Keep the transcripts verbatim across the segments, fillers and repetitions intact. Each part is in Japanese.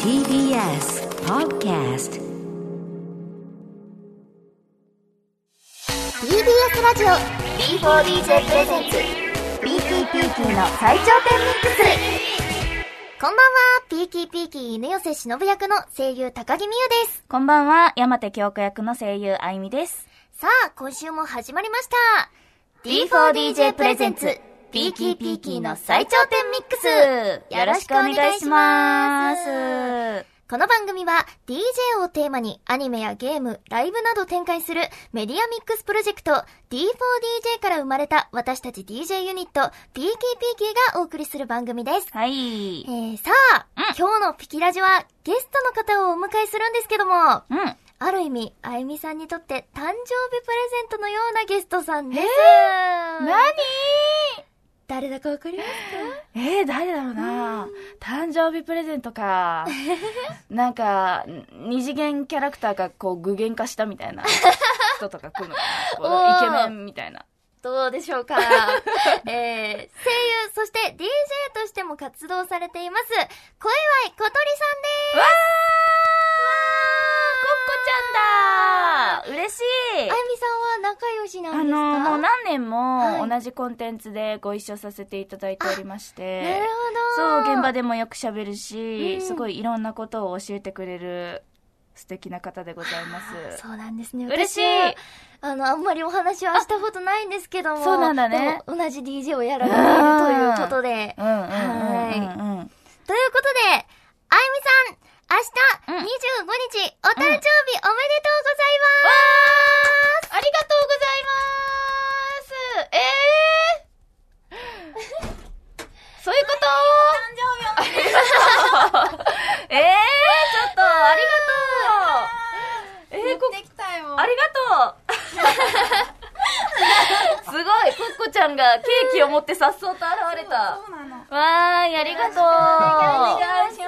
ティービーエス Podcast ティービーエス ラジオ ビーフォーディージェー プレゼンツ ピーキーピーキーの最頂点ミックス。こんばんは、ピーキーピーキー犬寄せ忍役の声優高木美優です。 こんばんは、山手京子役の声優あいみです。 さあ、今週も始まりました ティーフォーディージェー プレゼンツピーキーピーキーの最頂点ミックス。よろしくお願いします。この番組は ディージェー をテーマにアニメやゲーム、ライブなど展開するメディアミックスプロジェクト ディーフォーディージェー から生まれた私たち ディージェー ユニット ピーキーピーキーがお送りする番組です。 はい。 えー、さあ、うん、今日のピキラジはゲストの方をお迎えするんですけども、 うん。 ある意味、あゆみさんにとって誕生日プレゼントのようなゲストさんです。 えー、なに誰だかわかりますか？ えー、誰だろうな、誕生日プレゼントか。なんか、二次元キャラクターがこう具現化したみたいな人とか来るのかな。こうイケメンみたいな。 どうでしょうか。えー、声優、そして ディージェー としても活動されています、小祝小鳥さんです。わー、 わー、コッコちゃんだ。嬉しい。 あゆみさんは仲良しなんですか？ あの、もう何年も同じコンテンツでご一緒させていただいておりまして。 なるほど。 そう、現場でもよく喋るし、うん、すごいいろんなことを教えてくれる素敵な方でございます。 そうなんですね。 嬉しい。 あの、あんまりお話はしたことないんですけども。 そうなんだね。 同じ ディージェー をやられているということで。 うんうんうんうん、うん。 ということで、あゆみさん、明日にじゅうごにち、お誕生日おめでとうございます。 わー、ありがとうございます。えーそういうこと誕生日おめでとうえー、ちょっと、ありがとう。えー、こ、 できたよ。 ありがとう。すごい、コッコちゃんがケーキを持ってさっそうと現れた。 そうなの。 わーい、ありがとう。お願いします。 嬉しい。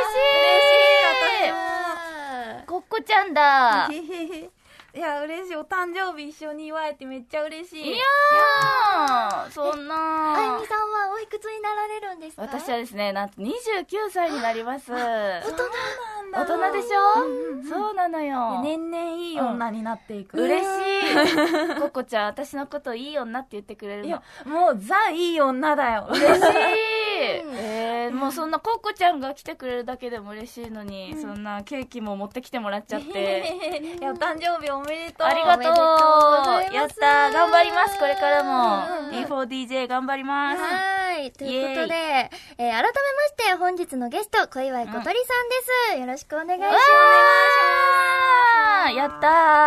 私も。コッコちゃんだ。 いや、嬉しい。お誕生日一緒に祝えてめっちゃ嬉しい。 いやー、そんなー。 あゆみさんはおいくつになられるんですか？ 私はですね、なんとにじゅうきゅうさいになります。大人なんだ。 大人でしょ、うんうん、そうなのよ。 年々いい女になっていく。 うん、嬉しい。コッコちゃん、私のこといい女って言ってくれるの。 いや、もうザいい女だよ。 嬉しい。えー、もうそんなコッコちゃんが来てくれるだけでも嬉しいのに、うん、そんなケーキも持ってきてもらっちゃって。 いや、お誕生日おめでとう。 ありがとう。やったー、頑張ります。これからも ディーフォーディージェー 頑張ります。 はい、ということで、えー、改めまして本日のゲスト小祝小鳥さんです、うん、よろしくお願いします。 やった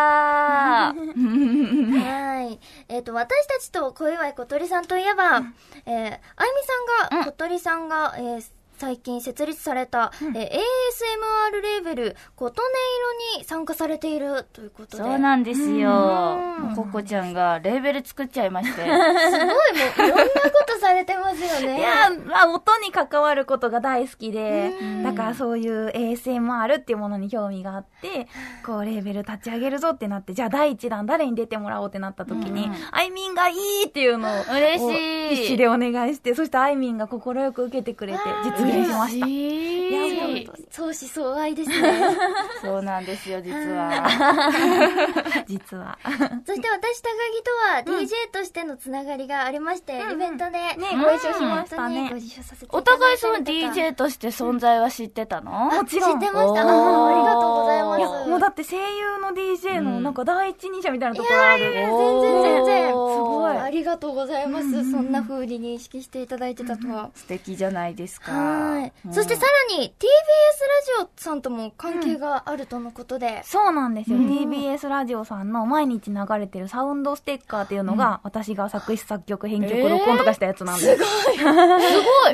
ー。はい。えっと、私たちと小祝小鳥さんといえば、うん、えー、あゆみさんが、小鳥さんが、えー、最近設立された、うん、えー、エーエスエムアール レーベル琴音色に参加されているということで。 そうなんですよ。コッコちゃんがレーベル作っちゃいまして。すごい、もういろんなことされてますよね。 いや、まあ、音に関わることが大好きで、だからそういう エーエスエムアール っていうものに興味があって、こうレーベル立ち上げるぞってなって、じゃあ第一弾誰に出てもらおうってなった時に、あいみんがいいっていうのを嬉しい。 必死でお願いして、そしてあいみんが心よく受けてくれて、実現しました。いや、本当に相思相愛ですね。 そうなんですよ、実は。 実は。 そして私、高木とは ディージェー としてのつながりがありまして、うん、イベントで、ね、 ご一緒しましたね。 ご一緒させていただいて。 お互いその ディージェー として存在は知ってたの？ もちろん。知ってました。ありがとうございます。 いや、もうだって声優の ディージェー のなんか第一人者みたいなところある。 いやいや、全然全然。 すごい。 ありがとうございます。うんうん、そんな風に認識していただいてたとは。 素敵じゃないですか。 はい。うん、そしてさらに ティービーエス ラジオさんとも関係があるとのことで。うん、 そうなんですよ。うん、ティービーエス ラジオさんの毎日流れてるサウンドステッカーっていうのが、うん、私が作詞作曲編曲、えー、録音とかしたやつなんです。 すごい。すごい。何でもや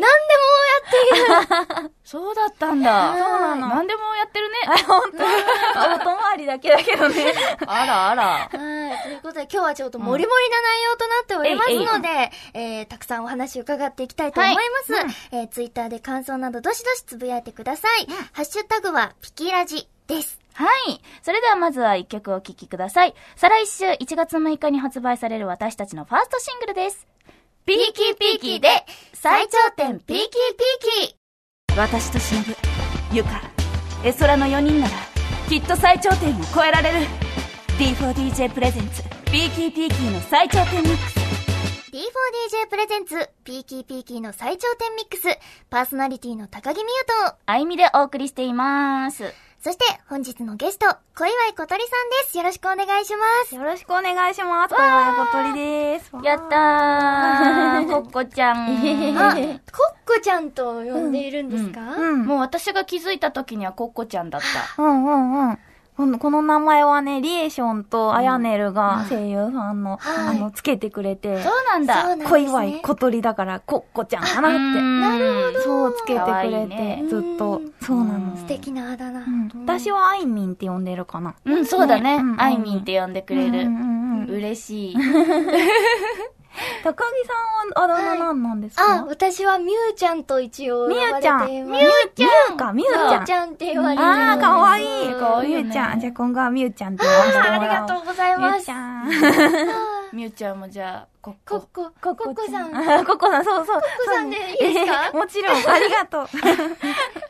っている。 そうだったんだ。 そうなの。 何でもやってるね。 本当。音回りだけだけどね。 あらあら。 はい。ということで今日はちょっとモリモリな内容となっておりますので、うん、えー、たくさんお話を伺っていきたいと思います。はい、うん、えー、ツイッターで感想などどしどしつぶやいてください。うん、ハッシュタグはピキラジです。 はい。それではまずは一曲お聴きください。再来週いちがつむいかに発売される私たちのファーストシングルです。 ピーキーピーキーで最頂点ピーキーピーキー。 私と忍、ゆか。 エソラのよにんならきっと最頂点を超えられる。 ディーフォーディージェー プレゼンツピーキーピーキーの最頂点ミックス。 ディーフォーディージェー プレゼンツピーキーピーキーの最頂点ミックス、パーソナリティの高木美優とあいみでお送りしています。 そして本日のゲスト、小岩井小鳥さんです。よろしくお願いします。 よろしくお願いします。小岩井小鳥です。 やったーコッコちゃん。 あ、コッコちゃんと呼んでいるんですか？ うん。 もう私が気づいた時にはコッコちゃんだった。 うんうんうん。この、この名前はね、リエーションとアヤネルが声優さんの、 はいあの、つけてくれて、 そうなんだ。 そうなんですね小岩井小鳥だから、コッコちゃんかなって。 なるほど。 そうつけてくかわいれて、 いねずっと。そうなの。 素敵なあだ名。 うん私はアイミンって呼んでるかな。 うん、そうだね。 うんあいみんって呼んでくれる。 うんうんうん嬉しい。 高木さんはあだ名何なんですか？ あ、私はミュウちゃんと一応み呼ばれゆちゃん。みています。 ゆちゃんか、みゆちゃん。 ミュウちゃんって言われています。 あー、かわいい。 かわいいよねみゆちゃん。じゃあ今後はみゆちゃんって呼ばせてもらおう。 ありがとうございます。 みゆちゃん。 みゆちゃんもじゃあ、コッコ。 コッコ、コッコさん。コッあコッコさん、そうそう。コッコさんでいいですか？ もちろん、ありがとう。 そう、あゆみさんもずっとあゆみさんって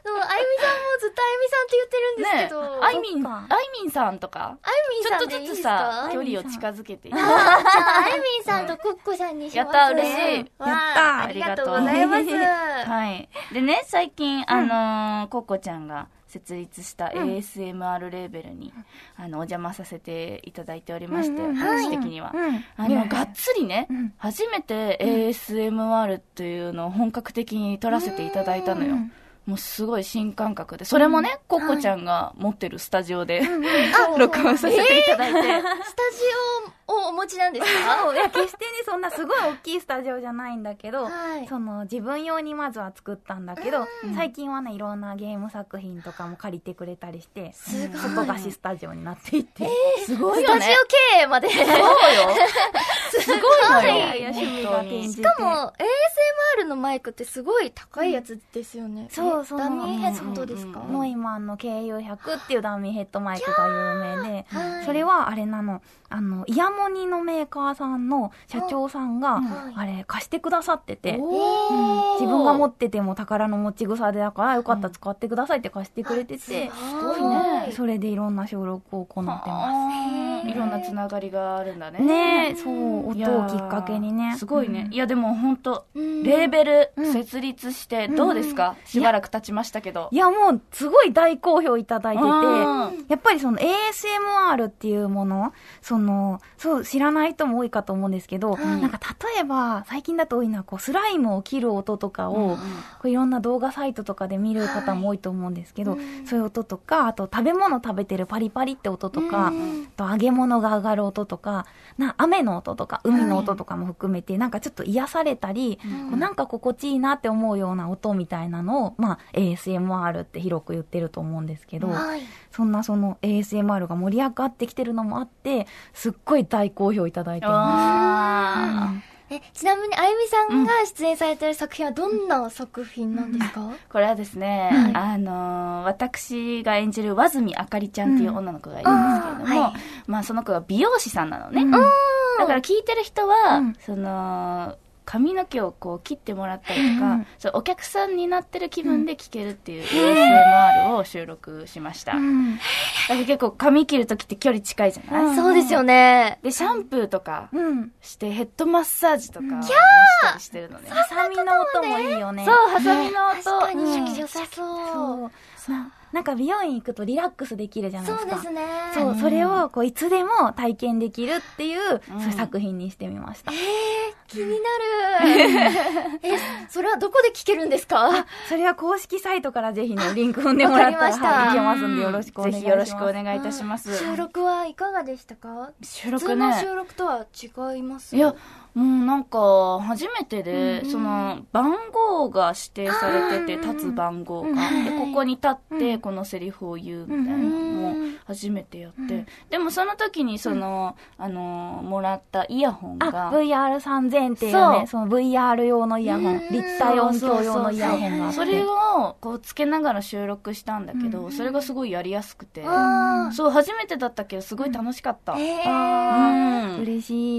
言ってるんですねけど。 あいみん、 そっかあいみんさんとか、 あゆみちょっとさんでいいですずつさか？、 距離を近づけていい。 あ、じゃあ、あゆみんさんとコッコさんにします。 やった嬉しいわあやったありがとうございます。 はい。でね、最近、あのー、コッコちゃんが設立した エーエスエムアール レーベルに、あの、お邪魔させていただいておりまして、 うんうん私的には。 うんあの、がっつりね、 うん初めて エーエスエムアール というのを本格的に撮らせていただいたのよ。もうすごい新感覚で。それもね、コッコちゃんが持ってるスタジオで、録音させていただいて。 スタジオをお持ちなんですか？ そういや、決してね、そんなすごい大きいスタジオじゃないんだけど、 はいその、自分用にまずは作ったんだけど、最近はね、いろんなゲーム作品とかも借りてくれたりして、 すごい外貸しスタジオになっていって。 すごいスタジよね。 オ経営まで。 そうよ。すごいのよ。 いやいや、趣味が転じて。 しかも、エーエスエムアール のマイクってすごい高いやつですよね。 そうそうえダミーヘッドですか？ うんノイマンの ケーユーひゃく っていうダミーヘッドマイクが有名で、 はいそれはあれなの、あの、イヤモニのメーカーさんの社長さんが、 はいあれ貸してくださってて、 おうんー自分が持ってても宝の持ち腐れだからよかったら使ってくださいって貸してくれてて、 すごいね。 それでいろんな収録を行ってまあーいろんなつながりがあるんだね。 す。ねえ、そう、 いやー音をきっかけにね。 すごいね。いやでも本当うんレーベルうん設立してどうですか？しばらく経ちましたけど。 いや、もう、すごい大好評いただいてて、 うんやっぱりその エーエスエムアール っていうもの、その、そう、知らない人も多いかと思うんですけど、なんか例えば、最近だと多いのは、こう、スライムを切る音とかを、 うんうんこういろんな動画サイトとかで見る方も多いと思うんですけど、そういう音とか、あと食べ物食べてるパリパリって音とか、あと揚げ物が上がる音とか、な雨の音とか、海の音とかも含めて、なんかちょっと癒されたり、こうなんか心地いいなって思うような音みたいなのを、まあ、エーエスエムアール って広く言ってると思うんですけど、 はい。 そんなその エーエスエムアール が盛り上がってきてるのもあって、すっごい大好評いただいてまあす。 え、ちなみにあゆみさんが出演されてる作品はどんな作品なんですか？ ーこれはですね、あのー私が演じる和住あかりちゃんっていう女の子がいるんですけれども、 うんはいまあその子が美容師さんなのね。 うんだから聞いてる人は、 うんその髪の毛をこう切ってもらったりとか、 うんそうお客さんになってる気分で聞けるっていう エーエスエムアール を収録しました。 うんだから結構髪切るときって距離近いじゃない、 うんそうですよね。 で、シャンプーとかうん。 してヘッドマッサージとかもしたりしてるのね。 ハサミの音もいいよね。 そう、ハサミの音。 確かにうん良さそう。 そう。ななんか美容院行くとリラックスできるじゃないですか。 そうですね。 そう、それをこういつでも体験できるっていう、 うんそういう作品にしてみました。 えー、気になる。え、それはどこで聞けるんですか？ それは公式サイトからぜひね、リンク踏んでもらったら、 わかりましたはい、いけますんでよろしくお願いします。 ぜひよろしくお願いいたします。 収録はいかがでしたか？ 収普通録ね。 の収録とは違います？ いや、もうなんか、初めてで、その、番号が指定されてて、立つ番号が。で、ここに立って、このセリフを言うみたいなのも初めてやって。でもその時に、その、あの、もらったイヤホンあ、 が、 ブイアールさんぜん っていうそうね、その ブイアール 用のイヤホン、立体音響用のイヤホンがあって。 それをこうつけながら収録したんだけど、それがすごいやりやすくて、 あそう初めてだったけどすごい楽しかった。 ーえーあーうん嬉しい。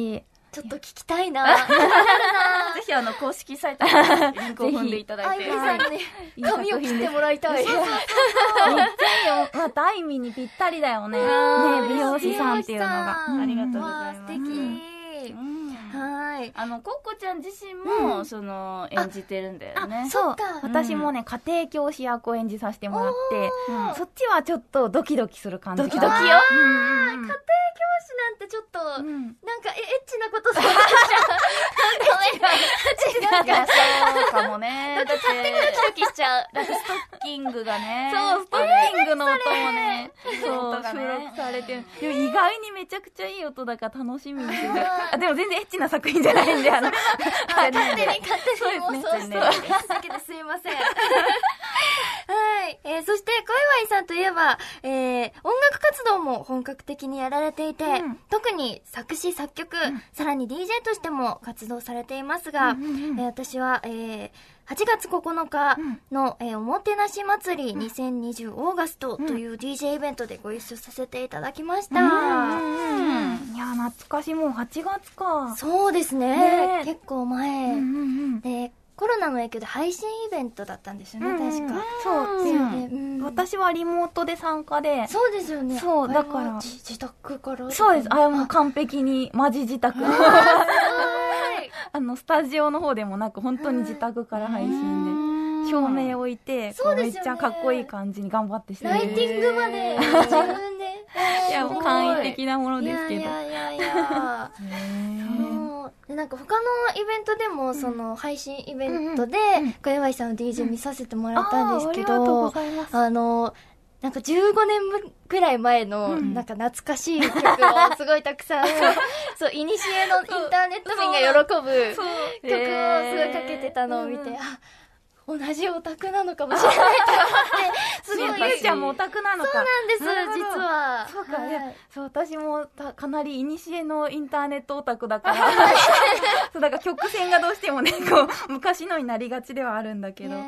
ちょっと聞きたいな。 ぜひあの、公式サイトにリンクを踏んでいただいて。 あゆみさんに髪を切ってもらいたい。 めっちゃいいよ。また、あいみにぴったりだよね。ね、美容師さんっていうのが。 ありがとうございます。 わあ、素敵。はい。 あの、コッコちゃん自身も、その、演じてるんだよね。 そう。 か私もね、家庭教師役を演じさせてもらってうん、 そっちはちょっっとドキドキする感じ。 ドキドキよ。 家庭教師なんてちょっと、なんか、え、エッチなことされていや、そうかもね。だって、 勝手にドキドキしちゃう。 だってストッキングがね。 そう、ストッキングの音もね、そう、 音がね収録されてる。でも意外にめちゃくちゃいい音だから楽しみにしてる。あ、でも全然エッチな作品じゃないんで、あの、 勝手に勝手に妄想してるだけですいません。はい。えー、そして、小岩井さんといえば、えー、音楽活動も本格的にやられていて、うん、特に作詞作曲、うん、さらに ディージェー としても活動されていますが、うんうんうん、えー、私は、えー、はちがつここのかの、うん、えー、おもてなし祭りにせんにじゅうオーガストという ディージェー イベントでご一緒させていただきました。うんうんうん、いや、懐かしい、もうはちがつか。 そうですね。 ね、 結構前。うんうんうん、でコロナの影響で配信イベントだったんですよね、うんうん、確か。 そうですよね、うん。私はリモートで参加で。 そうですよね。 そう、だから。 自宅から。 そうです。あれも完璧に、マジ自宅。あの、スタジオの方でもなく、本当に自宅から配信で。照明置いて、こうめっちゃかっこいい感じに頑張ってしてる。 ライティングまで自分で。 いや、もう簡易的なものですけど。いやいやいやでなんか他のイベントでも、その配信イベントで小岩井さんの ディージェー 見させてもらったんですけど、あのなんかじゅうごねんくらい前のなんか懐かしい曲をすごいたくさんそうイニシエのインターネット民が喜ぶ曲をすごいかけてたのを見て、あ、同じオタクなのかもしれないと思って、すごい。 ゆうちゃんもオタクなのか。 そうなんです、実は。 そうか、いや、そう、私もたかなり古のインターネットオタクだから、そう、だから曲線がどうしてもね、こう、昔のになりがちではあるんだけど。そう。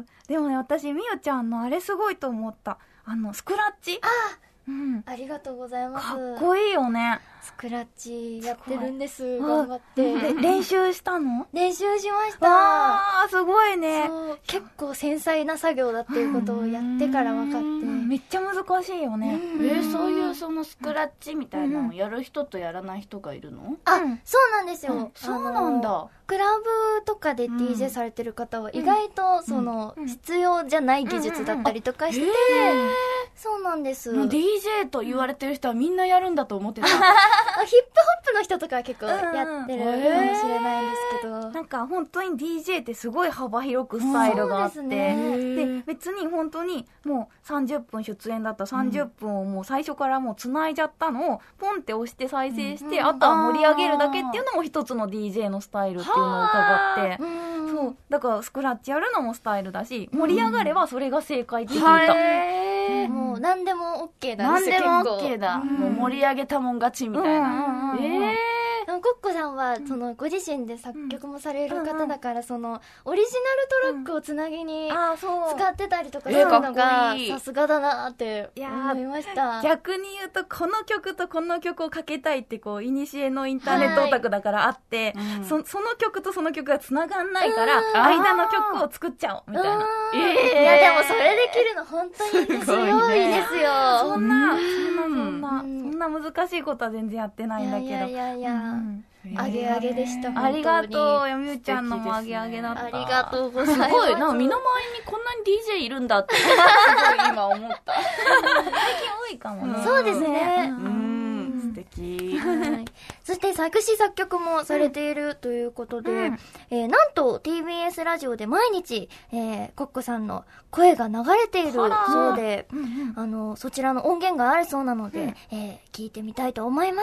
でもね、私、みゆちゃんのあれすごいと思った。あの、スクラッチ。 ああ、 うん、 ありがとうございます。 かっこいいよね。 スクラッチやってるんです。頑張って。 で、練習したの？ 練習しました。 あー、すごいね。 そう、結構繊細な作業だっていうことをやってから分かって。 めっちゃ難しいよね。 えー、そういうそのスクラッチみたいなのをやる人とやらない人がいるの？ あ、そうなんですよ。 そうなんだ。 クラブとかで ディージェー されてる方は意外とその必要じゃない技術だったりとかして、そうなんです。 もう ディージェー と言われてる人はみんなやるんだと思ってた。 ヒップホップの人とかは結構やってるかもしれないんですけど、 なんか本当に ディージェー ってすごい幅広くスタイルがあって、で別に本当にもうさんじゅっぷん出演だったらさんじゅっぷんをもう最初からもう繋いじゃったのをポンって押して再生して、あとは盛り上げるだけっていうのも一つの ディージェー のスタイルっていうのを伺って、そう、だからスクラッチやるのもスタイルだし、盛り上がればそれが正解って聞いた。 もう何でも OK なんですよ。 何でも OK だ。もう盛り上げたもん勝ちみたいな。えー。 コッコさんはそのご自身で作曲もされる方だから、そのオリジナルトラックをつなぎに使ってたりとかするのがさすがだなって思いました。 逆に言うとこの曲とこの曲をかけたいってこうイニシエのインターネットオタクだからあって、そその曲とその曲がつながんないから間の曲を作っちゃおうみたいな。 いやでもそれできるの本当にすごいですよ。 そんなそんなそんな難しいことは全然やってないんだけど。いやいやいや。 あげあげでした。 ありがとう。みゆちゃんのもあげあげだった。 ありがとうございます。 すごい、なんか身の回りにこんなに ディージェー いるんだって、すごい今思った。 最近多いかもね。 そうですね。 うん、素敵。 そして作詞作曲もされているということで、えなんと ティービーエス ラジオで毎日、えー、コッコさんの声が流れているそうで、あの、そちらの音源があるそうなので、えー、聞いてみたいと思います。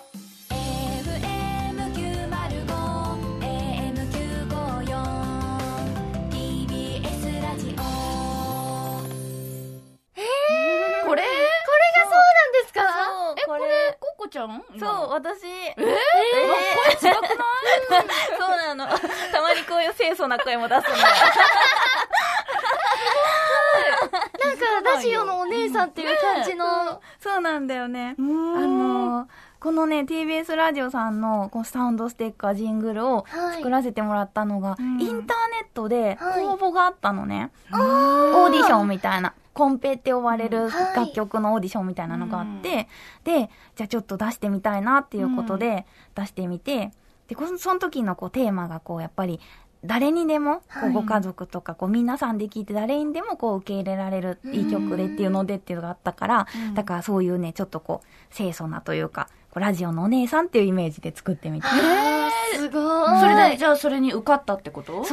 これこれがそうなんですか？ え、これ、コッコちゃん？ そう、私。 えー、声違くない？ そうなの。たまにこういう清楚な声も出すの。なんか、ラジオのお姉さんっていう感じの。 そうなんだよね。あの、 このね ティービーエス ラジオさんのこのサウンドステッカージングルを作らせてもらったのが、はい、インターネットで公募があったのね、はい、オーディションみたいなコンペって呼ばれる楽曲のオーディションみたいなのがあって、はい、でじゃあちょっと出してみたいなっていうことで出してみて、でその時のこうテーマがこうやっぱり誰にでもこうご家族とかこう皆さんで聴いて誰にでもこう受け入れられるいい曲でっていうのでっていうのがあったから、だからそういうねちょっとこう清楚なというかラジオのお姉さんっていうイメージで作ってみた。 えー、すごい。 それでじゃあそれに受かったってこと？ そう。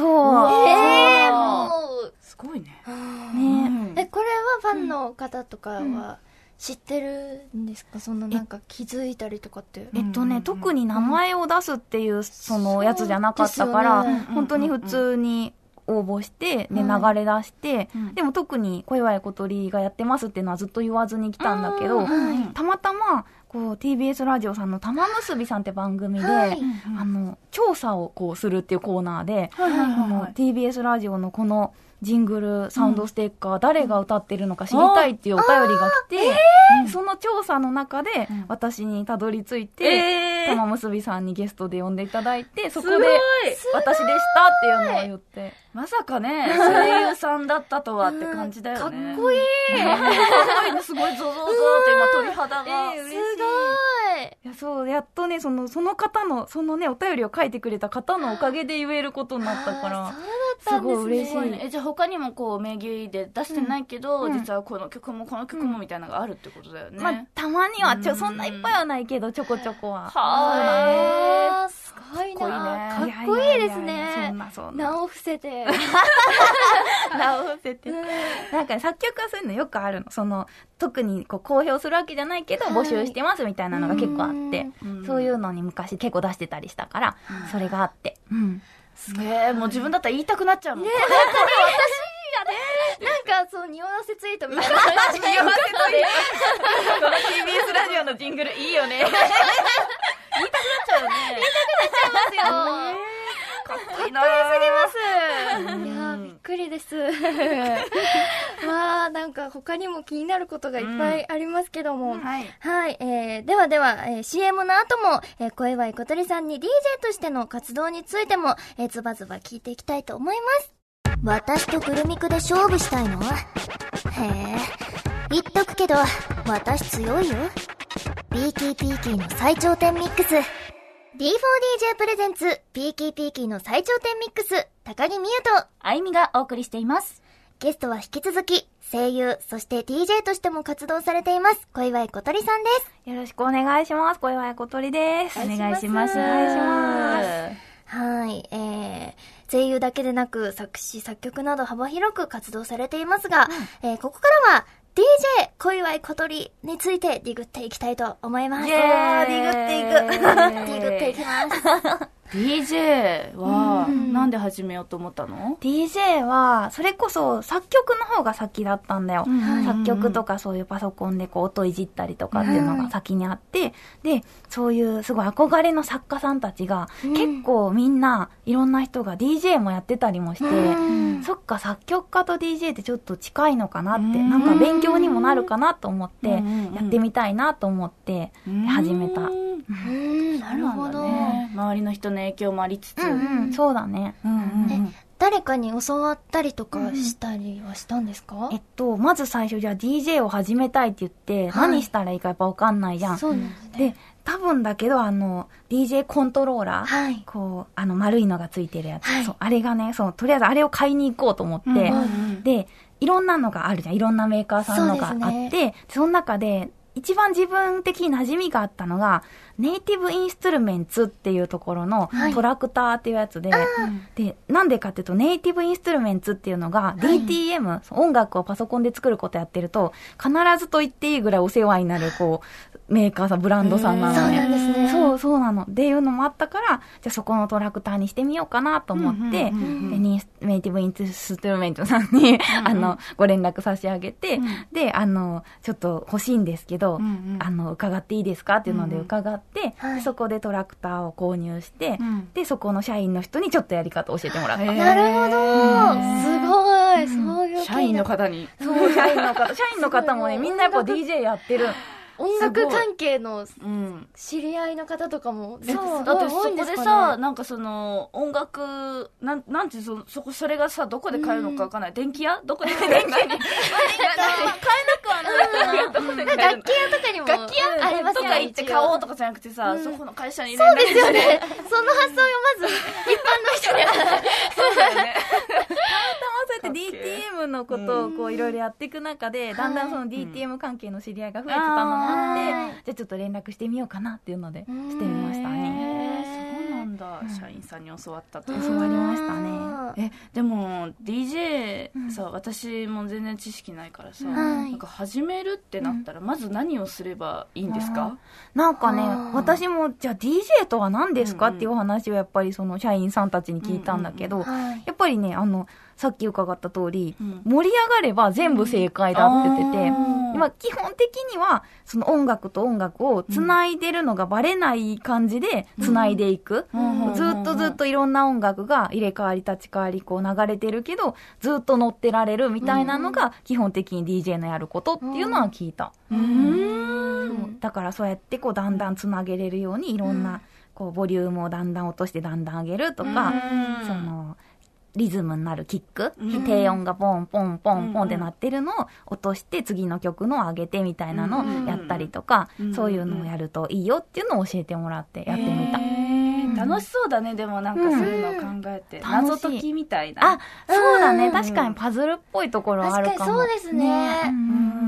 えー、もうすごいね。 ねえ、これはファンの方とかは知ってるんですか？そのなんか気づいたりとかって。 えっとね、特に名前を出すっていうそのやつじゃなかったから、ね、本当に普通に応募して、ね、流れ出して、うん、でも特に小岩井小鳥がやってますっていうのはずっと言わずに来たんだけど、たまたまこう ティービーエス ラジオさんの玉結びさんって番組で、はい、あの調査をこうするっていうコーナーで、はいはいはいはい、の ティービーエス ラジオのこのジングルサウンドステッカー、うん、誰が歌ってるのか知りたいっていうお便りが来て、えー、その調査の中で私にたどり着いて、えー、玉結びさんにゲストで呼んでいただいて、そこで私でしたっていうのを言って、 まさかね声優さんだったとはって感じだよね。 かっこいいすごいゾゾゾーって今鳥肌が、 えー、すごい。 いや、そうやっとねそのその方のそのねお便りを書いてくれた方のおかげで言えることになったからすごい嬉しい。 え、じゃあ他にもこう名義で出してないけど、うん、実はこの曲もこの曲もみたいなのがあるってことだよね。 まあたまにはちょそんないっぱいはないけどちょこちょこは。 はあ、すごいな。 かっこいいね。 かっこいいですね。 そんなそんな。 名を伏せて。 名を伏せて。なんか作曲はそういうのよくあるの。その特にこう公表するわけじゃないけど募集してますみたいなのが結構あって、そういうのに昔結構出してたりしたから、それがあって。うん。 すげえ、もう自分だったら言いたくなっちゃうもん。 ねえ、これ私やね。なんかそう、匂わせツイートみたいな感じで。匂わせツイート。 この ティービーエス ラジオのジングルいいよね。言いたくなっちゃうよね。 言いたくなっちゃいますよ。 かっこいいな。 かっこよすぎます。いや、びっくりです。まあ、なんか他にも気になることがいっぱいありますけども。うん、はい。はい。えー、ではでは、えー、シーエム の後も、えー、小岩井小鳥さんに ディージェー としての活動についても、えー、ズバズバ聞いていきたいと思います。 私とグルミクで勝負したいの？へえ。言っとくけど、私強いよ。ピーキーピーキーの最頂点ミックス。ディーフォーディージェー プレゼンツ、ピーキーピーキーの最頂点ミックス、高木美優と、 あいみがお送りしています。 ゲストは引き続き、声優、そして ディージェー としても活動されています、小岩井小鳥さんです。 よろしくお願いします。小岩井小鳥です。 お願いします。 お願いします。 はい、えー、声優だけでなく、作詞、作曲など幅広く活動されていますが、うん、えー、ここからは、ディージェー 小岩井小鳥についてディグっていきたいと思います。 イエーイ、ディグっていく。ディグっていきます。 ディージェー は、なんで始めようと思ったの？ ディージェー は、それこそ作曲の方が先だったんだよ。うんうんうん、作曲とかそういうパソコンでこう音いじったりとかっていうのが先にあって、うん、で、そういうすごい憧れの作家さんたちが、うん、結構みんないろんな人が ディージェー もやってたりもして、うん、そっか作曲家と ディージェー ってちょっと近いのかなって、うん、なんか勉強にもなるかなと思って、うん、やってみたいなと思って始めた。うんうん、なるほど、ね。 周りの人の影響もありつつ、 うんうん、そうだね。うんうんうん、 誰かに教わったりとかしたりはしたんですか？ うん、えっとまず最初じゃあ ディージェー を始めたいって言って、はい、何したらいいかやっぱ分かんないじゃん。 そうですね。 で多分だけどあの ディージェー コントローラー、はい、こうあの丸いのがついてるやつ、はい、そうあれがね、そうとりあえずあれを買いに行こうと思って、うんうんうん、でいろんなのがあるじゃん、いろんなメーカーさんのがあって、 そ,、ね、その中で一番自分的に馴染みがあったのがネイティブインストゥルメンツっていうところのトラクターっていうやつで、はい、でなんでかっていうとネイティブインストゥルメンツっていうのが ディーティーエム、はい、音楽をパソコンで作ることやってると必ずと言っていいぐらいお世話になるこうメーカーさんブランドさんなのね。 そうなんですね。 そうそうなのっていうのもあったから、じゃあそこのトラクターにしてみようかなと思って、うんうんうんうん、でニネイティブインストゥルメントさんに、うんうん、あのご連絡差し上げて、うん、であのちょっと欲しいんですけど、うんうん、あの伺っていいですかっていうので伺って、うんうん、でそこでトラクターを購入して、うん、でそこの社員の人にちょっとやり方を教えてもらった。 なるほど、すごい、うん、そういう社員の方にそう社員の方社員の方もねみんなやっぱ ディージェー やってる。 音楽関係のうん。 知り合いの方とかも、 えそうだってそこ多いんですかねでさ、なんかその、音楽、なん、なんていうそ、そこ、それがさ、どこで買えるのかわかんない。電気屋どこで買えるのか買えなくはないかな。どこで買えるの楽器屋とかにも楽器屋ありますよね。 とか行って買おうとかじゃなくてさ、 うんそこの会社にそうですよしてね。その発想がまず、一般の人には。 そうだよね。 そうやって ディーティーエム のことをこういろいろやっていく中で、だんだんその ディーティーエム 関係の知り合いが増えてたのがあって、じゃあちょっと連絡してみようかなっていうのでしてみましたね。 そうなんだ。社員さんに教わったと。 教わりましたね。 え、でも ディージェー さ、私も全然知識ないからさ、なんか始めるってなったらまず何をすればいいんですか？ なんかね、私もじゃあ ディージェー とは何ですかっていうお話をやっぱりその社員さんたちに聞いたんだけど、やっぱりね、あのさっき伺った通り、うん、盛り上がれば全部正解だって言ってて、まあ、基本的にはその音楽と音楽をつないでるのがバレない感じでつないでいく、うん、ずっとずっといろんな音楽が入れ替わり立ち替わりこう流れてるけどずっと乗ってられるみたいなのが基本的に ディージェー のやることっていうのは聞いた、うんうん、だからそうやってこうだんだんつなげれるようにいろんなこうボリュームをだんだん落としてだんだん上げるとか、そのリズムになるキック、うん、低音がポンポンポンポンってなってるのを落として次の曲の上げてみたいなのをやったりとか、うん、そういうのをやるといいよっていうのを教えてもらってやってみた。 楽しそうだね。でもなんかそういうのを考えて、うん、謎解きみたいな。 あ、そうだね、うん、確かにパズルっぽいところはあるかも。 確かにそうですね、うん、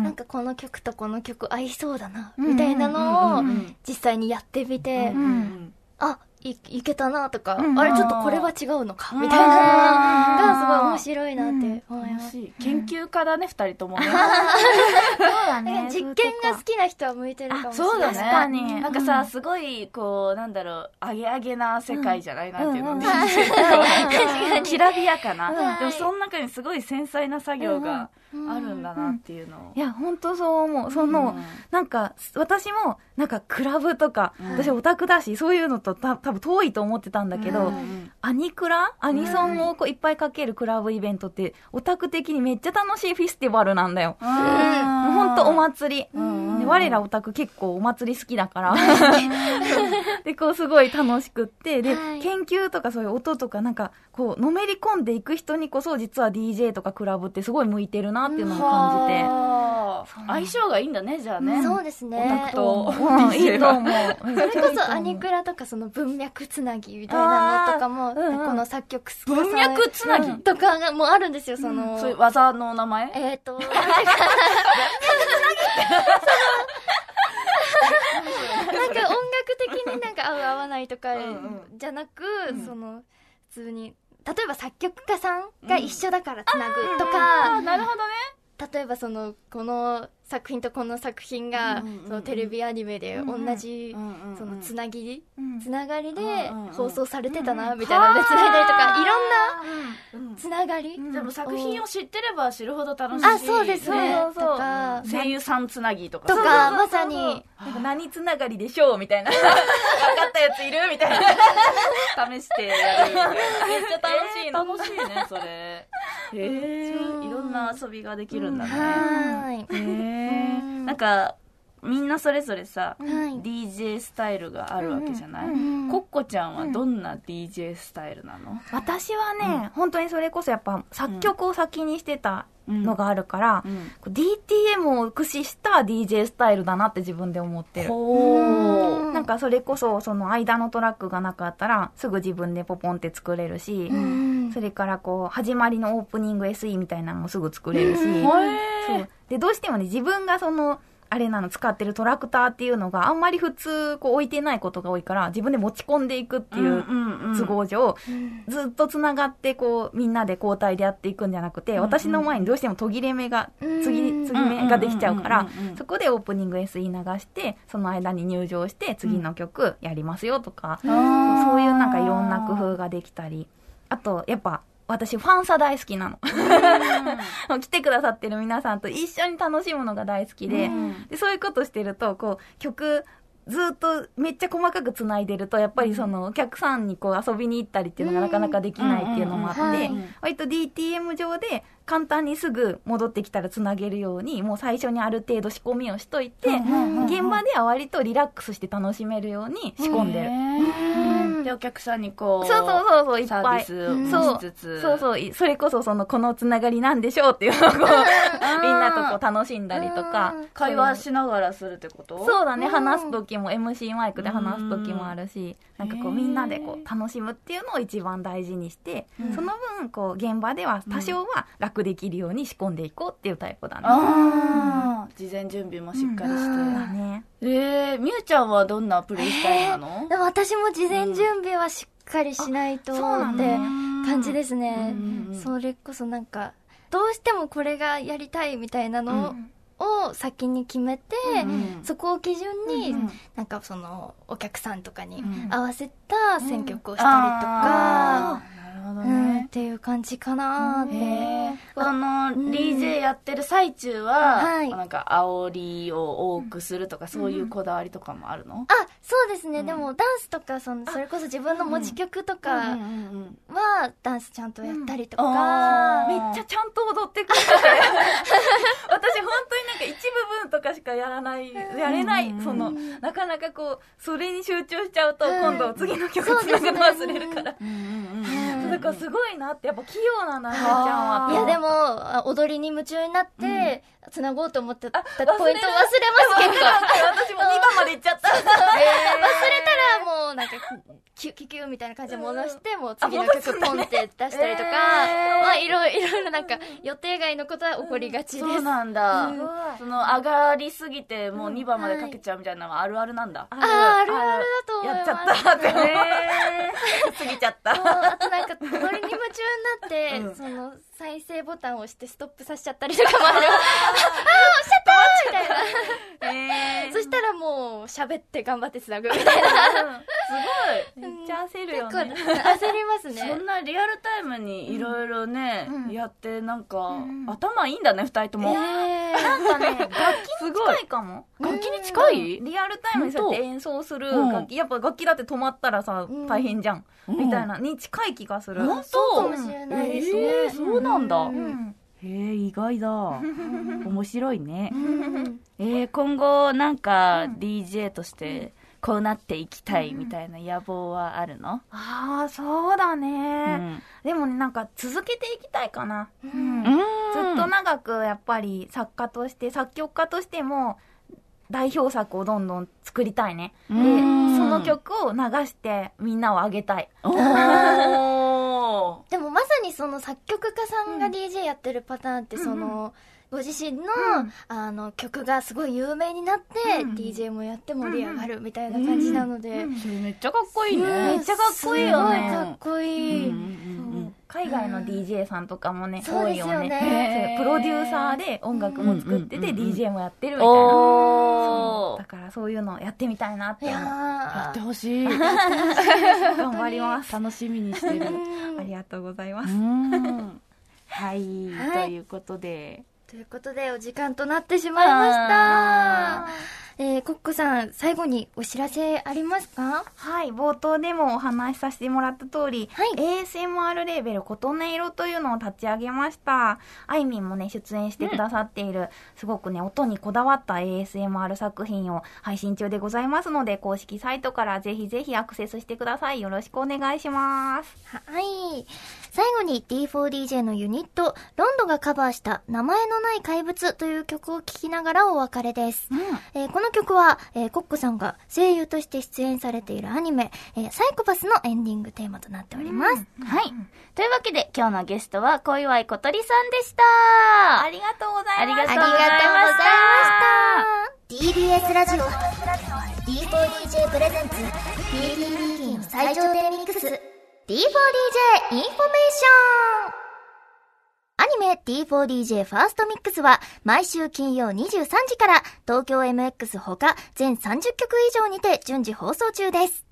なんかこの曲とこの曲合いそうだなみたいなのを実際にやってみて、うんうん、あい, いけたなとか、うん、あれちょっとこれは違うのかみたいなのがすごい面白いなって思います、うん、 研究家だね二人ともね。 そうだね。実験が好きな人は向いてるかもしれない。 そうだね。確かになんかさ、すごいこうなんだろうアゲアゲな世界じゃない、うん、なんていうの、うんうん、きらびやかな、うん、でもその中にすごい繊細な作業があるんだなっていうのを、 うんうん、いや本当そう思う。その、うん、なんか私もなんかクラブとか、うん、私オタクだしそういうのとた多分遠いと思ってたんだけど、うん、アニクラアニソンをこういっぱいかけるクラブイベントってオタク的にめっちゃ楽しいフェスティバルなんだよ。本当お祭り、うん、で我らオタク結構お祭り好きだからでこうすごい楽しくってで、はい、研究とかそういう音とかなんかこうのめり込んでいく人にこそ実は ディージェー とかクラブってすごい向いてるなっていうのを感じて、 うん、相性がいいんだねじゃあね、 うん、そうですね。 オタクと、 うん、いいと思う。 それこそアニクラとかその文脈つなぎみたいなのとかも、うんうん、この作曲家文脈つなぎとかがもうあるんですよ。その、 うん、そういう技の名前えっ、ー、と文脈つなぎなんか音楽的になんか合う合わないとかじゃなく、うんうん、その普通に例えば作曲家さんが一緒だからつなぐとか、 うん、なるほどね。 例えばそのこの作品とこの作品が、うんうんうん、そのテレビアニメで同じ、うんうん、そのつなぎ、うん、つながりで放送されてたな、うんうん、みたいなのでつないだりとか、いろんなつながり、 うん、でも作品を知ってれば知るほど楽しい、 あ、そうですね、そうそうとか声優さんつなぎとかとかまさになんか何つながりでしょうみたいな分かったやついるみたいな試してやるめっちゃ楽しいの、 えー、楽しいねそれ。へえー、いろんな遊びができるんだね、うん、 はい、 へえー、なんかみんなそれぞれさ、はい、ディージェー スタイルがあるわけじゃない、うんうん、コッコちゃんはどんな ディージェー スタイルなの？ 私はね、うん、本当にそれこそやっぱ作曲を先にしてたのがあるから、うんうん、ディーティーエム を駆使した ディージェー スタイルだなって自分で思ってる。なんかそれこそその間のトラックがなかったらすぐ自分でポポンって作れるし、うん、それからこう始まりのオープニング エスイー みたいなのもすぐ作れるし、うん、そうでどうしてもね自分がそのあれなの使ってるトラクターっていうのがあんまり普通こう置いてないことが多いから自分で持ち込んでいくっていう都合上、うんうんうん、ずっとつながってこうみんなで交代でやっていくんじゃなくて、うんうん、私の前にどうしても途切れ目が、うん、次次目ができちゃうから、うんうん、そこでオープニング エスイー 流してその間に入場して次の曲やりますよとか、うん、そういうなんかいろんな工夫ができたり、あとやっぱ私ファンサ大好きなの来てくださってる皆さんと一緒に楽しむのが大好きで、うん、でそういうことしてるとこう曲ずっとめっちゃ細かくつないでると、やっぱりそのお客さんにこう遊びに行ったりっていうのがなかなかできないっていうのもあって、 うんうんうんはい割と ディーティーエム 上で簡単にすぐ戻ってきたらつなげるように、もう最初にある程度仕込みをしといて、現場では割とリラックスして楽しめるように仕込んでる。 へーで、お客さんにこう、 そうそうそうそう、いっサーぱい。 ビスをそうしつつ。 そうそう、それこそその、このつながりなんでしょうっていうのをこう、みんなとこう楽しんだりとか。 会話しながらするってこと？ そうだね、話すときも エムシー マイクで話すときもあるし、なんかこうみんなでこう楽しむっていうのを一番大事にして、その分こう現場では多少は楽できるように仕込んでいこうっていうタイプだね。 ああ、事前準備もしっかりして。 だね。 えー、みゆちゃんはどんなプレイスタイルなの？ でも私も事前準備はしっかりしないとって感じですね。それこそなんか、どうしてもこれがやりたいみたいなのを先に決めて、そこを基準に、なんかそのお客さんとかに合わせた選曲をしたりとか、うん、っていう感じかなーって。 この ディージェー やってる最中は、 はい、 なんか煽りを多くするとか、そういうこだわりとかもあるの？ あ、そうですね。でもダンスとか、そのそれこそ自分の持ち曲とかはダンスちゃんとやったりとか、 めっちゃちゃんと踊ってくれて私本当になんか一部分とかしかやらないやれない、そのなかなかこうそれに集中しちゃうと、今度次の曲つなぐの忘れるから、だからすごいなって、やっぱ器用なんだね、ちゃんは。 いやでも踊りに夢中になってつなごうと思ってたポイント忘れます結構。 私もにばんまで行っちゃった。忘れたらもうなんかキュキュキュみたいな感じで戻して、もう次の曲ポンって出したりとか、まあいろいろなんか予定外のことは起こりがちです。 そうなんだ。その上がりすぎてもうにばんまでかけちゃうみたいなのはあるあるなんだ。 ああ、あるあるだと思います。 やっちゃったってね。過ぎちゃった。 あとなんか踊りに夢中になって、その再生ボタンを押してストップさせちゃったりとかもある。ああ、押しちゃったみたいな。そしたらもう喋って頑張ってつなぐみたいな。すごい。めっちゃ焦るよね。 焦りますね。 そんなリアルタイムにいろいろね、やってなんか、頭いいんだね、二人とも。 なんかね、楽器に近いかも。 楽器に近い？ リアルタイムにそうやって演奏する楽器、やっぱ楽器だって止まったらさ、大変じゃん。みたいな、に近い気がする。 そうかもしれないですね。 えー、そうなんだ。へえ、意外だ。面白いね。えー、今後なんか ディージェー としてこうなっていきたいみたいな野望はあるの？ ああ、そうだね。でもね、なんか続けていきたいかな。ずっと長くやっぱり作家として、作曲家としても、代表作をどんどん作りたいね。で、その曲を流してみんなをあげたい。 でもまさにその作曲家さんが ディージェー やってるパターンって、その、ご自身の、あの、曲がすごい有名になって、ディージェー もやって盛り上がるみたいな感じなので。 それめっちゃかっこいいね。 めっちゃかっこいいよね。 すごいかっこいい。 海外の ディージェー さんとかもね、多いよね。プロデューサーで音楽も作ってて ディージェー もやってるみたいな。だからそういうのやってみたいなって思う。 やってほしい。 頑張ります。 楽しみにしてる。 ありがとうございます。 はい、ということで。 ということで、お時間となってしまいました。えー、コックさん、最後にお知らせありますか？ はい、冒頭でもお話しさせてもらった通り、はい、エーエスエムアール レーベル琴音色というのを立ち上げました。あいみんもね、出演してくださっている、うん、すごくね、音にこだわった エーエスエムアール 作品を配信中でございますので、公式サイトからぜひぜひアクセスしてください。よろしくお願いします。 はい。最後に ディーフォーディージェー のユニット、ロンドがカバーした名前のない怪物という曲を聴きながらお別れです。うん、えー、この曲は、えー、コックさんが声優として出演されているアニメ、えー、サイコパスのエンディングテーマとなっております。 うん、はい。というわけで今日のゲストは小岩井小鳥さんでした。 ありがとうございました。 ありがとうございました。 ディービーエス ラジオ ディーフォーディージェー プレゼンツ ピーティーピーティー の最頂点ミックス ディーフォーディージェー インフォメーション。アニメ ディーフォーディージェー ファーストミックスは毎週金曜にじゅうさんじから東京 エムエックス ほか全さんじゅっきょく以上にて順次放送中です。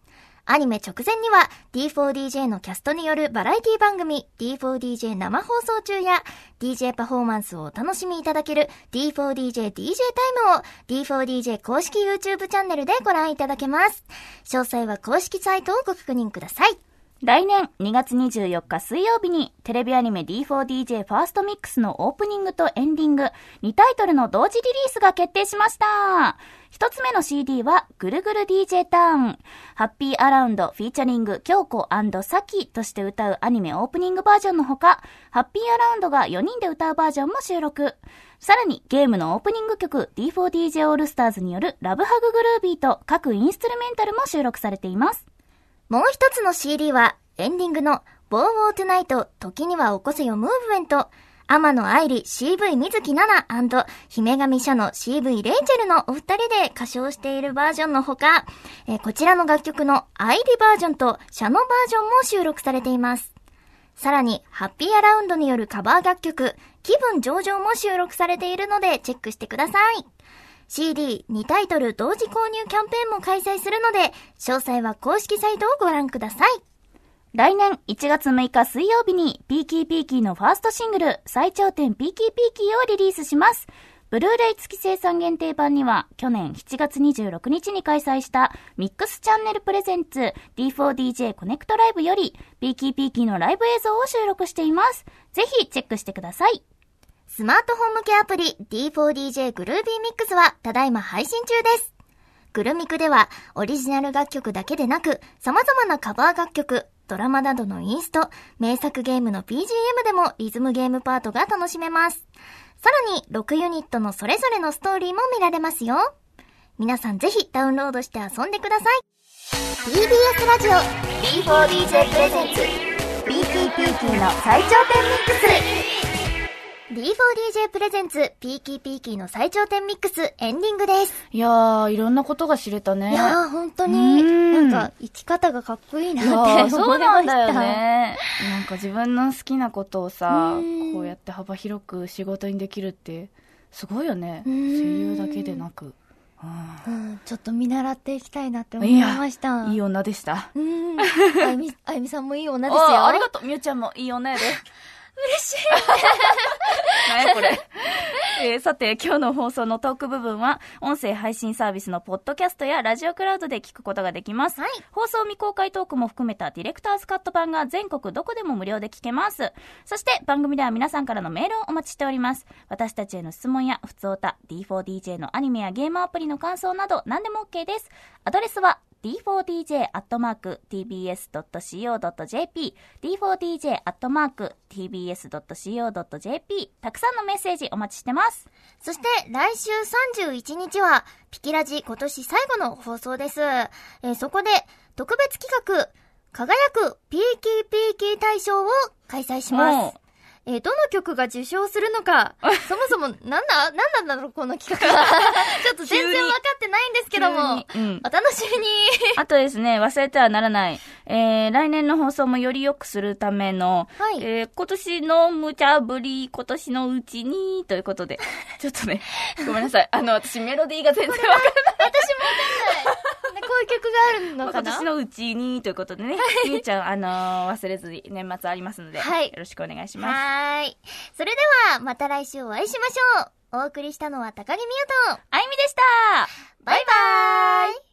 アニメ直前には ディーフォーディージェー のキャストによるバラエティ番組 ディーフォーディージェー 生放送中や ディージェー パフォーマンスをお楽しみいただける ディーフォーディージェー ディージェー タイムを ディーフォーディージェー 公式 YouTube チャンネルでご覧いただけます。詳細は公式サイトをご確認ください。 来年にがつにじゅうよっか水曜日にテレビアニメ ディーフォーディージェー ファーストミックスのオープニングとエンディングにタイトルの同時リリースが決定しました。一つ目の シーディー はぐるぐる ディージェー ターンハッピーアラウンドフィーチャリング京子&サキとして歌うアニメオープニングバージョンのほか、ハッピーアラウンドがよにんで歌うバージョンも収録。さらにゲームのオープニング曲 ディーフォーディージェー オールスターズによるラブハググルービーと各インストゥルメンタルも収録されています。 もう一つの シーディー はエンディングのボーウォートゥナイト時には起こせよムーブメント、天野愛理 シーブイ 水木奈々&姫神社の シーブイ レイチェルのお二人で歌唱しているバージョンのほか、えー、こちらの楽曲の愛理バージョンとシャノバージョンも収録されています。さらにハッピーアラウンドによるカバー楽曲気分上々も収録されているのでチェックしてください。シーディーに タイトル同時購入キャンペーンも開催するので詳細は公式サイトをご覧ください。 来年いちがつむいか水曜日にピーキーピーキーのファーストシングル最頂点ピーキーピーキーをリリースします。ブルーレイ付き生産限定版には去年しちがつにじゅうろくにちに開催したミックスチャンネルプレゼンツ ディーフォーディージェー コネクトライブよりピーキーピーキーのライブ映像を収録しています。ぜひチェックしてください。 スマートフォン向けアプリ ディーフォーディージェー グルービーミックスはただいま配信中です。グルミクではオリジナル楽曲だけでなく様々なカバー楽曲、ドラマなどのインスト、名作ゲームの ビージーエム でもリズムゲームパートが楽しめます。さらにろくユニットのそれぞれのストーリーも見られますよ。皆さんぜひダウンロードして遊んでください。 ティービーエス ラジオ ディーフォーディージェー プレゼンツ ピーキーピーキーの最頂点ミックス。ディーフォーディージェー プレゼンツピーキーピーキーの最頂点ミックスエンディングです。 いやー、いろんなことが知れたね。 いやー、本当になんか生き方がかっこいいなって思いました。 そうなんだよね。なんか自分の好きなことをさ、こうやって幅広く仕事にできるってすごいよね。声優だけでなく、 うん、ちょっと見習っていきたいなって思いました。 いい女でした。 うん。あゆみ、あゆみさんもいい女ですよ。 あ、ありがとう。みゆちゃんもいい女やで。 嬉しい。 何やこれ。えー、さて今日の放送のトーク部分は音声配信サービスのポッドキャストやラジオクラウドで聞くことができます、はい、放送未公開トークも含めたディレクターズカット版が全国どこでも無料で聞けます。そして番組では皆さんからのメールをお待ちしております。私たちへの質問やふつおた ディーフォーディージェー のアニメやゲームアプリの感想など何でも OK です。アドレスはディーフォーディージェー アットマーク ティービーエス ドット シーオー ドット ジェーピー ディーフォーディージェー アットマーク ティービーエス ドット シーオー ドット ジェーピー たくさんのメッセージお待ちしてます。 そして来週さんじゅういちにちはピキラジ今年最後の放送です。えー、そこで特別企画輝くピーキーピーキー大賞を開催します。えー、どの曲が受賞するのか、そもそもなんだ、なんなんだろうこの企画は。ちょっと全然分かってないんですけども、うん、お楽しみに。 あとですね、忘れてはならない、えー、来年の放送もより良くするための、はい、えー、今年の無茶ぶり、今年のうちに、ということで、ちょっとね、ごめんなさい。あの、私メロディーが全然分からない。私も分かんない。 こういう曲があるのかな、 今年のうちに、ということでね、みゆちゃん、あのー、忘れずに年末ありますので、はい、よろしくお願いします。 はい。それでは、また来週お会いしましょう。お送りしたのは高木美代と、 あゆみでした。 バイバーイ。